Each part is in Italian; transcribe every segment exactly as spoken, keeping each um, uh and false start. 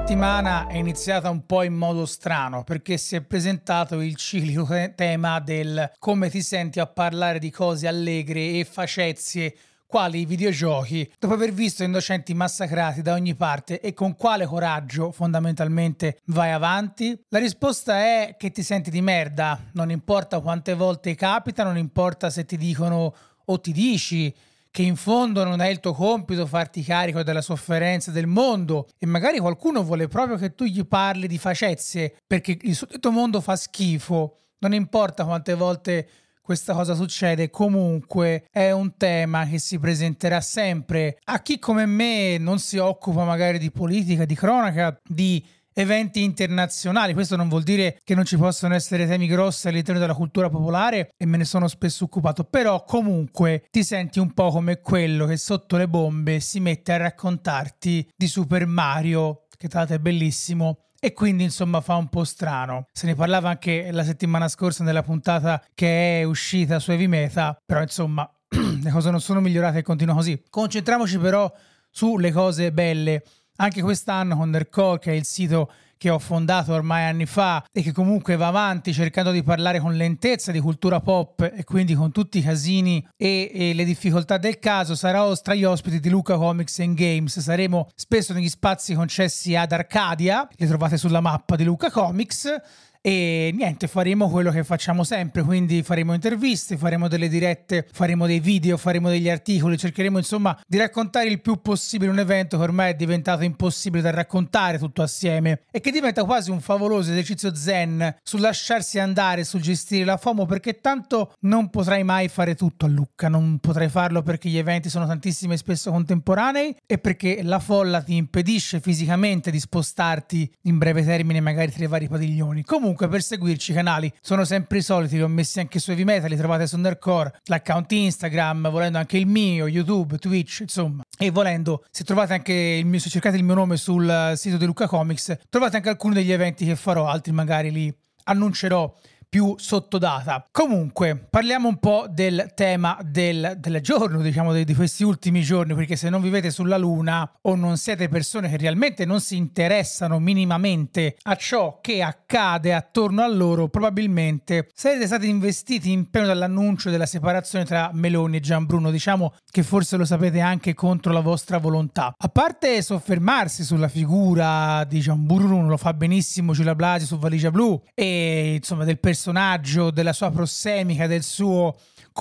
settimana è iniziata un po' in modo strano perché si è presentato il ciclico tema del come ti senti a parlare di cose allegre e facezie quali i videogiochi, dopo aver visto innocenti massacrati da ogni parte, e con quale coraggio fondamentalmente vai avanti? La risposta è che ti senti di merda, non importa quante volte capita, non importa se ti dicono o ti dici che in fondo non è il tuo compito farti carico della sofferenza del mondo, e magari qualcuno vuole proprio che tu gli parli di facezie perché il suddetto mondo fa schifo. Non importa quante volte questa cosa succede, comunque è un tema che si presenterà sempre a chi come me non si occupa magari di politica, di cronaca, di eventi internazionali. Questo non vuol dire che non ci possono essere temi grossi all'interno della cultura popolare, e me ne sono spesso occupato, però comunque ti senti un po' come quello che sotto le bombe si mette a raccontarti di Super Mario, che tra l'altro è bellissimo, e quindi insomma fa un po' strano. Se ne parlava anche la settimana scorsa nella puntata che è uscita su Heavy Meta, però insomma le cose non sono migliorate e continua così. Concentriamoci però sulle cose belle. Anche quest'anno con Nerdcore, che è il sito che ho fondato ormai anni fa e che comunque va avanti cercando di parlare con lentezza di cultura pop e quindi con tutti i casini e, e le difficoltà del caso, sarò tra gli ospiti di Lucca Comics and Games. Saremo spesso negli spazi concessi ad Arcadia, li trovate sulla mappa di Lucca Comics. E niente, faremo quello che facciamo sempre, quindi faremo interviste, faremo delle dirette, faremo dei video, faremo degli articoli, cercheremo insomma di raccontare il più possibile un evento che ormai è diventato impossibile da raccontare tutto assieme e che diventa quasi un favoloso esercizio zen sul lasciarsi andare, sul gestire la FOMO, perché tanto non potrai mai fare tutto a Lucca, non potrai farlo perché gli eventi sono tantissimi e spesso contemporanei, e perché la folla ti impedisce fisicamente di spostarti in breve termine magari tra i vari padiglioni. Comunque, Comunque per seguirci i canali sono sempre i soliti, li ho messi anche su Heavy Meta, li trovate su Nerdcore, l'account Instagram, volendo anche il mio, YouTube, Twitch, insomma. E volendo, se trovate anche il mio, se cercate il mio nome sul sito di Lucca Comics, trovate anche alcuni degli eventi che farò, altri magari li annuncerò più sottodata. Comunque parliamo un po' del tema del, del giorno, diciamo di, di questi ultimi giorni, perché se non vivete sulla luna o non siete persone che realmente non si interessano minimamente a ciò che accade attorno a loro, probabilmente sarete stati investiti in pieno dall'annuncio della separazione tra Meloni e Gianbruno, diciamo che forse lo sapete anche contro la vostra volontà. A parte soffermarsi sulla figura di Gianbruno, lo fa benissimo Giulia Blasi su Valigia Blu, e insomma del personaggio, della sua prossemica, del suo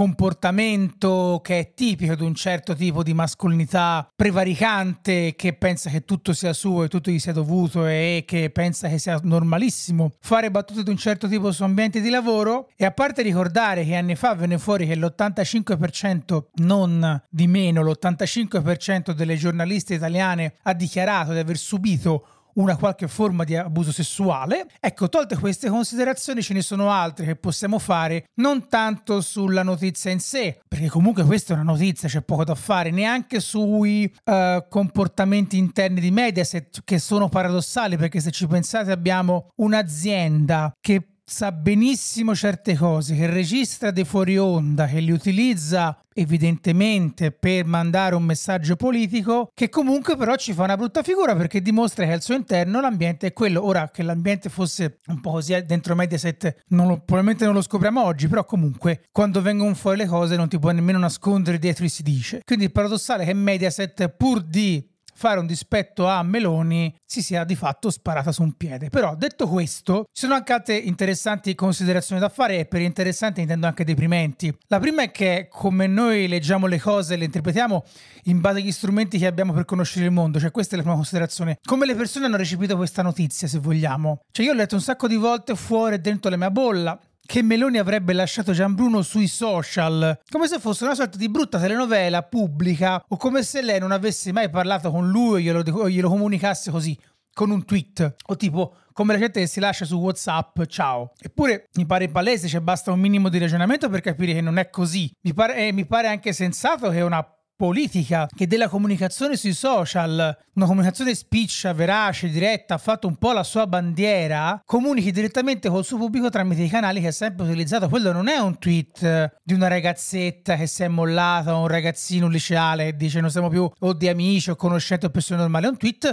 comportamento che è tipico di un certo tipo di mascolinità prevaricante che pensa che tutto sia suo e tutto gli sia dovuto, e che pensa che sia normalissimo fare battute di un certo tipo su ambienti di lavoro. E a parte ricordare che anni fa venne fuori che l'ottantacinque per cento, non di meno, l'ottantacinque per cento delle giornaliste italiane ha dichiarato di aver subito una qualche forma di abuso sessuale. Ecco, tolte queste considerazioni, ce ne sono altre che possiamo fare, non tanto sulla notizia in sé, perché comunque questa è una notizia, c'è poco da fare, neanche sui uh, comportamenti interni di Mediaset, che sono paradossali, perché se ci pensate abbiamo un'azienda che sa benissimo certe cose, che registra dei fuori onda, che li utilizza evidentemente per mandare un messaggio politico, che comunque però ci fa una brutta figura perché dimostra che al suo interno l'ambiente è quello. Ora, che l'ambiente fosse un po' così dentro Mediaset non lo, probabilmente non lo scopriamo oggi, però comunque quando vengono fuori le cose non ti puoi nemmeno nascondere dietro i si dice. Quindi è paradossale che Mediaset, pur di fare un dispetto a Meloni, si sia di fatto sparata su un piede. Però detto questo, ci sono anche altre interessanti considerazioni da fare, e per interessanti intendo anche deprimenti. La prima è che come noi leggiamo le cose e le interpretiamo in base agli strumenti che abbiamo per conoscere il mondo, cioè questa è la prima considerazione. Come le persone hanno recepito questa notizia, se vogliamo. Cioè io ho letto un sacco di volte fuori e dentro la mia bolla che Meloni avrebbe lasciato Gianbruno sui social, come se fosse una sorta di brutta telenovela pubblica, o come se lei non avesse mai parlato con lui o glielo, o glielo comunicasse così, con un tweet, o tipo come la gente che si lascia su WhatsApp, ciao. Eppure mi pare palese, cioè basta un minimo di ragionamento per capire che non è così. Mi pare, eh, mi pare anche sensato che una politica che della comunicazione sui social, una comunicazione spiccia, verace, diretta, ha fatto un po' la sua bandiera, comunichi direttamente col suo pubblico tramite i canali che ha sempre utilizzato. Quello non è un tweet di una ragazzetta che si è mollata, o un ragazzino liceale che dice non siamo più o di amici o conoscenti o persone normali, è un tweet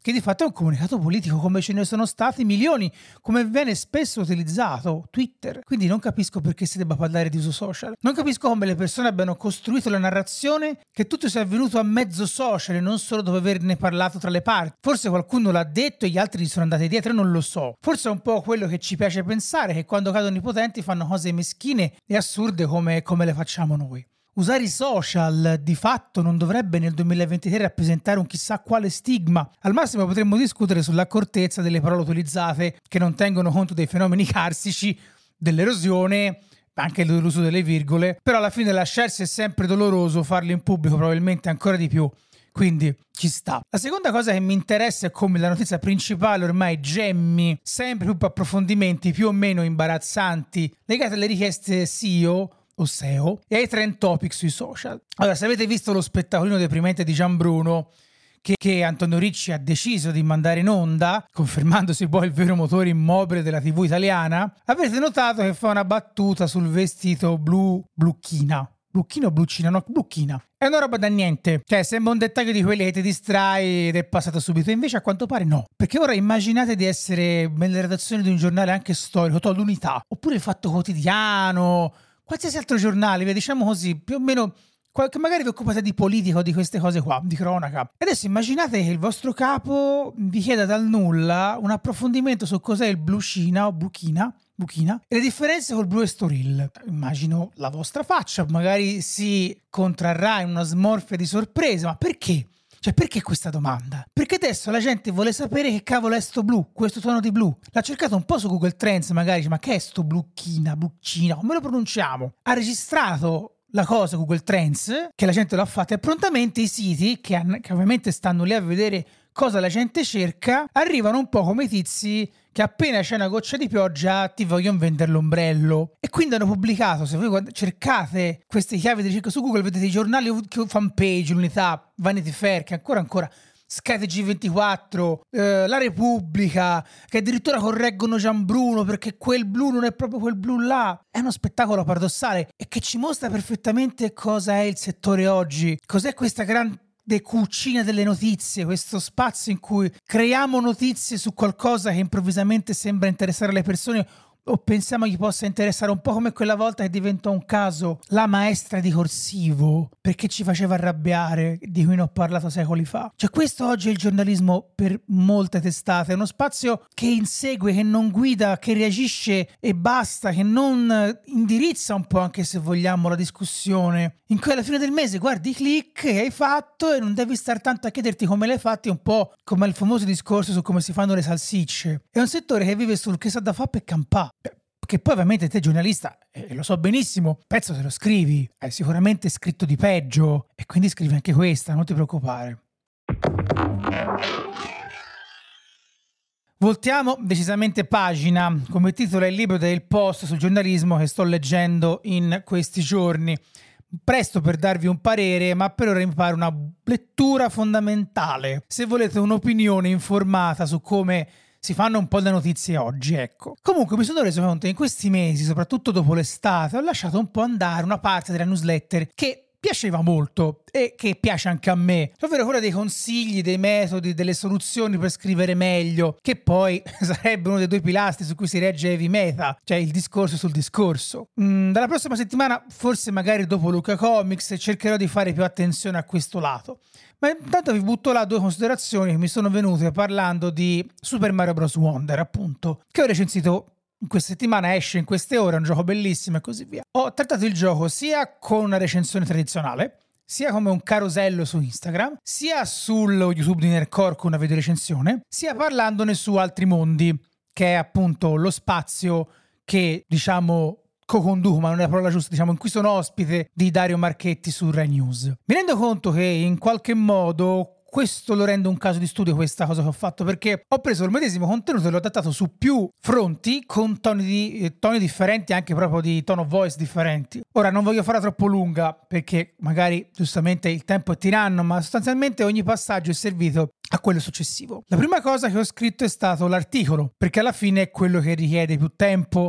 che di fatto è un comunicato politico, come ce ne sono stati milioni, come viene spesso utilizzato Twitter. Quindi non capisco perché si debba parlare di uso social. Non capisco come le persone abbiano costruito la narrazione che tutto sia avvenuto a mezzo social e non solo dopo averne parlato tra le parti. Forse qualcuno l'ha detto e gli altri gli sono andati dietro, non lo so. Forse è un po' quello che ci piace pensare, che quando cadono i potenti fanno cose meschine e assurde come, come le facciamo noi. Usare i social di fatto non dovrebbe nel duemilaventitré rappresentare un chissà quale stigma. Al massimo potremmo discutere sull'accortezza delle parole utilizzate che non tengono conto dei fenomeni carsici, dell'erosione, anche dell'uso delle virgole, però alla fine lasciarsi è sempre doloroso, farlo in pubblico probabilmente ancora di più. Quindi ci sta. La seconda cosa che mi interessa è come la notizia principale ormai gemmi sempre più approfondimenti più o meno imbarazzanti legati alle richieste S E O o S E O e ai trend topic sui social. Allora, se avete visto lo spettacolino deprimente di Gianbruno che, che Antonio Ricci ha deciso di mandare in onda, confermandosi poi il vero motore immobile della tivù italiana, avrete notato che fa una battuta sul vestito blu blucchina. Blucchina o bluccina? No, blucchina. È una roba da niente, cioè sembra un dettaglio di quelli che ti distrai ed è passato subito, invece a quanto pare no, perché ora immaginate di essere nelle redazioni di un giornale anche storico, to, l'Unità, oppure il Fatto Quotidiano, qualsiasi altro giornale, diciamo così, più o meno, che magari vi occupate di politica o di queste cose qua, di cronaca. E adesso immaginate che il vostro capo vi chieda dal nulla un approfondimento su cos'è il blucina o bluchina, Buchina e le differenze col Blue Estoril. Immagino la vostra faccia, magari si contrarrà in una smorfia di sorpresa, ma perché? Cioè, perché questa domanda? Perché adesso la gente vuole sapere che cavolo è sto blu, questo tono di blu. L'ha cercato un po' su Google Trends, magari dice, ma che è sto blucchina, bluccina, come lo pronunciamo? Ha registrato la cosa Google Trends, che la gente l'ha fatta e prontamente i siti, che, hanno, che ovviamente stanno lì a vedere cosa la gente cerca, arrivano un po' come i tizi che appena c'è una goccia di pioggia ti vogliono vendere l'ombrello. E quindi hanno pubblicato, se voi cercate queste chiavi di ricerca su Google, vedete i giornali fanpage, l'Unità, Vanity Fair, che ancora ancora Sky T G ventiquattro, eh, La Repubblica, che addirittura correggono Gianbruno perché quel blu non è proprio quel blu là. È uno spettacolo paradossale e che ci mostra perfettamente cosa è il settore oggi, cos'è questa grande cucina delle notizie, questo spazio in cui creiamo notizie su qualcosa che improvvisamente sembra interessare le persone o pensiamo gli possa interessare, un po' come quella volta che diventò un caso la maestra di corsivo perché ci faceva arrabbiare, di cui ne ho parlato secoli fa. Cioè questo oggi è il giornalismo per molte testate, è uno spazio che insegue, che non guida, che reagisce e basta, che non indirizza un po', anche se vogliamo, la discussione, in cui alla fine del mese guardi i click che hai fatto e non devi star tanto a chiederti come l'hai fatti, un po' come il famoso discorso su come si fanno le salsicce. È un settore che vive sul che sa da fa per campà. Che poi ovviamente te giornalista, eh, lo so benissimo, pezzo se lo scrivi, hai sicuramente scritto di peggio e quindi scrivi anche questa, non ti preoccupare. Voltiamo decisamente pagina, come titola il libro del post sul giornalismo che sto leggendo in questi giorni. Presto per darvi un parere, ma per ora mi pare una lettura fondamentale. Se volete un'opinione informata su come si fanno un po' le notizie oggi, ecco. Comunque mi sono reso conto che in questi mesi, soprattutto dopo l'estate, ho lasciato un po' andare una parte della newsletter che piaceva molto e che piace anche a me, ovvero quella dei consigli, dei metodi, delle soluzioni per scrivere meglio, che poi sarebbe uno dei due pilastri su cui si regge Heavy Meta, cioè il discorso sul discorso. Mm, dalla prossima settimana, forse magari dopo Luca Comics, cercherò di fare più attenzione a questo lato. Ma intanto vi butto là due considerazioni che mi sono venute parlando di Super Mario Bros. Wonder, appunto, che ho recensito in questa settimana, esce in queste ore, è un gioco bellissimo e così via. Ho trattato il gioco sia con una recensione tradizionale, sia come un carosello su Instagram, sia sullo YouTube di Nerdcore con una videorecensione, sia parlandone su Altri Mondi, che è appunto lo spazio che, diciamo, co-conduco, ma non è la parola giusta, diciamo, in cui sono ospite di Dario Marchetti su Rai News. Mi rendo conto che in qualche modo questo lo rende un caso di studio, questa cosa che ho fatto, perché ho preso il medesimo contenuto e l'ho adattato su più fronti con toni, di, eh, toni differenti, anche proprio di tone of voice differenti. Ora non voglio farla troppo lunga perché magari giustamente il tempo è tiranno, ma sostanzialmente ogni passaggio è servito a quello successivo. La prima cosa che ho scritto è stato l'articolo, perché alla fine è quello che richiede più tempo,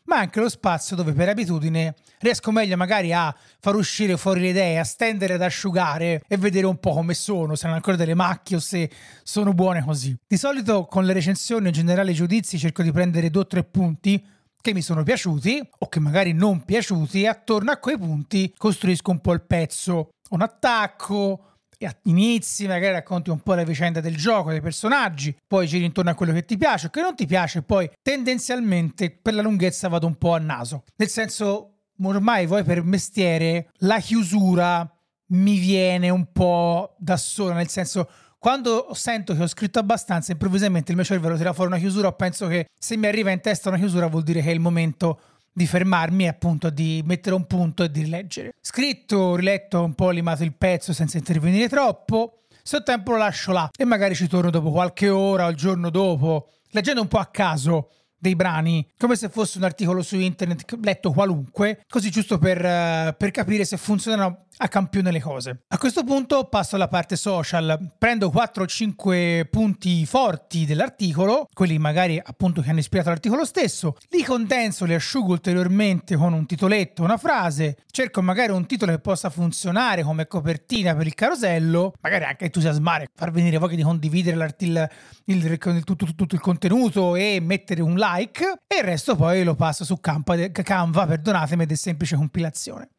ma anche lo spazio dove per abitudine riesco meglio magari a far uscire fuori le idee, a stendere ad asciugare e vedere un po' come sono, se hanno ancora delle macchie o se sono buone così. Di solito con le recensioni o in generale i giudizi cerco di prendere due o tre punti che mi sono piaciuti o che magari non piaciuti e attorno a quei punti costruisco un po' il pezzo, un attacco, e inizi, magari racconti un po' la vicenda del gioco, dei personaggi, poi giri intorno a quello che ti piace o che non ti piace, poi tendenzialmente per la lunghezza vado un po' a naso. Nel senso, ormai voi per mestiere la chiusura mi viene un po' da sola, nel senso quando sento che ho scritto abbastanza, improvvisamente il mio cervello tira fuori una chiusura, penso che se mi arriva in testa una chiusura vuol dire che è il momento di fermarmi e appunto di mettere un punto e di rileggere. Scritto, riletto, un po' limato il pezzo senza intervenire troppo, se ho tempo lo lascio là e magari ci torno dopo qualche ora o il giorno dopo, leggendo un po' a caso dei brani, come se fosse un articolo su internet letto qualunque, così giusto per, uh, per capire se funzionano a campione le cose. A questo punto passo alla parte social, prendo quattro o cinque punti forti dell'articolo, quelli magari appunto che hanno ispirato l'articolo stesso, li condenso, li asciugo ulteriormente con un titoletto, una frase, cerco magari un titolo che possa funzionare come copertina per il carosello, magari anche entusiasmare, far venire voglia di condividere l'articolo, il, il, tutto, tutto, tutto il contenuto e mettere un like, e il resto poi lo passo su Canva, Canva perdonatemi, ed è semplice compilazione.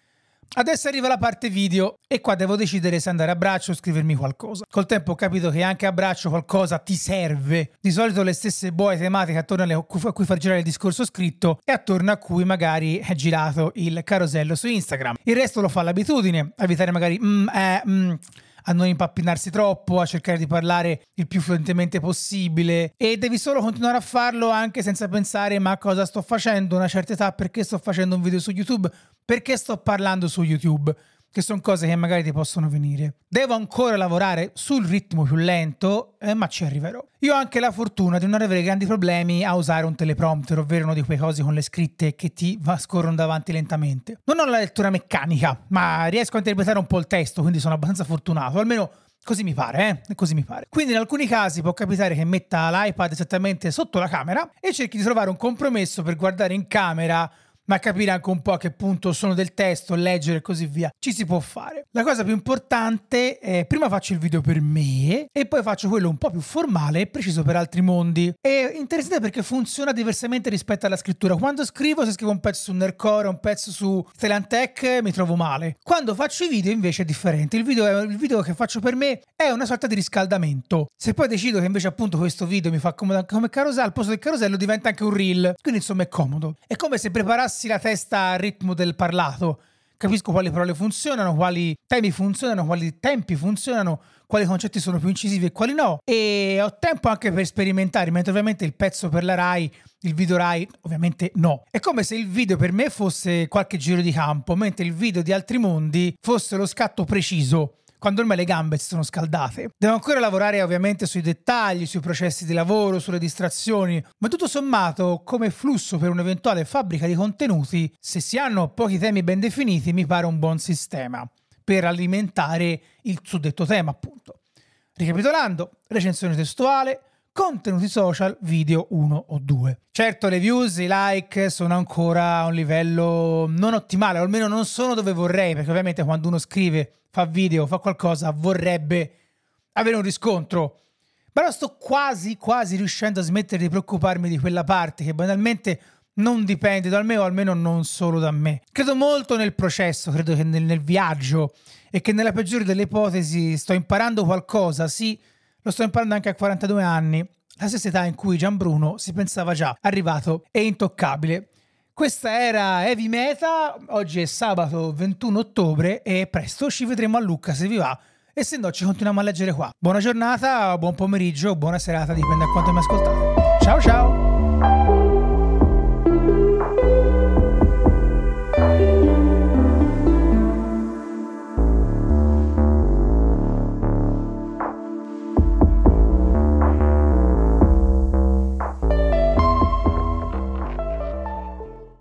Adesso arriva la parte video e qua devo decidere se andare a braccio o scrivermi qualcosa. Col tempo ho capito che anche a braccio qualcosa ti serve. Di solito le stesse boie tematiche attorno alle, a cui far girare il discorso scritto e attorno a cui magari è girato il carosello su Instagram. Il resto lo fa l'abitudine, a evitare magari mm, eh, mm, a non impappinarsi troppo, a cercare di parlare il più fluentemente possibile, e devi solo continuare a farlo anche senza pensare ma cosa sto facendo a una certa età, perché sto facendo un video su YouTube, perché sto parlando su YouTube, che sono cose che magari ti possono venire. Devo ancora lavorare sul ritmo più lento, eh, ma ci arriverò. Io ho anche la fortuna di non avere grandi problemi a usare un teleprompter, ovvero uno di quei cosi con le scritte che ti va scorrono davanti lentamente. Non ho la lettura meccanica, ma riesco a interpretare un po' il testo, quindi sono abbastanza fortunato, almeno così mi pare, eh? Così mi pare. Quindi in alcuni casi può capitare che metta l'iPad esattamente sotto la camera e cerchi di trovare un compromesso per guardare in camera, ma capire anche un po' a che punto sono del testo, leggere e così via. Ci si può fare. La cosa più importante è prima faccio il video per me e poi faccio quello un po' più formale e preciso per altri mondi. È interessante perché funziona diversamente rispetto alla scrittura. Quando scrivo, se scrivo un pezzo su Nerdcore, un pezzo su Telantech, mi trovo male. Quando faccio i video invece è differente. Il video, è, il video che faccio per me è una sorta di riscaldamento. Se poi decido che invece appunto questo video mi fa comodo come carosello, al posto del carosello diventa anche un reel. Quindi insomma è comodo. È come se preparassi la testa al ritmo del parlato. Capisco quali parole funzionano, quali temi funzionano, quali tempi funzionano, quali concetti sono più incisivi e quali no, e ho tempo anche per sperimentare, mentre ovviamente il pezzo per la Rai, il video Rai, ovviamente no. È come se il video per me fosse qualche giro di campo, mentre il video di altri mondi fosse lo scatto preciso, quando ormai le gambe si sono scaldate. Devo ancora lavorare ovviamente sui dettagli, sui processi di lavoro, sulle distrazioni, ma tutto sommato come flusso per un'eventuale fabbrica di contenuti, se si hanno pochi temi ben definiti, mi pare un buon sistema per alimentare il suddetto tema, appunto. Ricapitolando, recensione testuale, contenuti social, video uno o due. Certo, le views, i like sono ancora a un livello non ottimale, o almeno non sono dove vorrei, perché ovviamente quando uno scrive, fa video, fa qualcosa, vorrebbe avere un riscontro. Però sto quasi, quasi riuscendo a smettere di preoccuparmi di quella parte che banalmente non dipende da me, o almeno non solo da me. Credo molto nel processo, credo che nel, nel viaggio, e che nella peggiore delle ipotesi sto imparando qualcosa, sì, lo sto imparando anche a quarantadue anni, la stessa età in cui Gianbruno si pensava già arrivato e intoccabile. Questa era Heavy Meta, oggi è sabato ventuno ottobre e presto ci vedremo a Lucca se vi va, e se no ci continuiamo a leggere qua. Buona giornata, buon pomeriggio, buona serata, dipende da quanto mi ascoltate. Ciao ciao!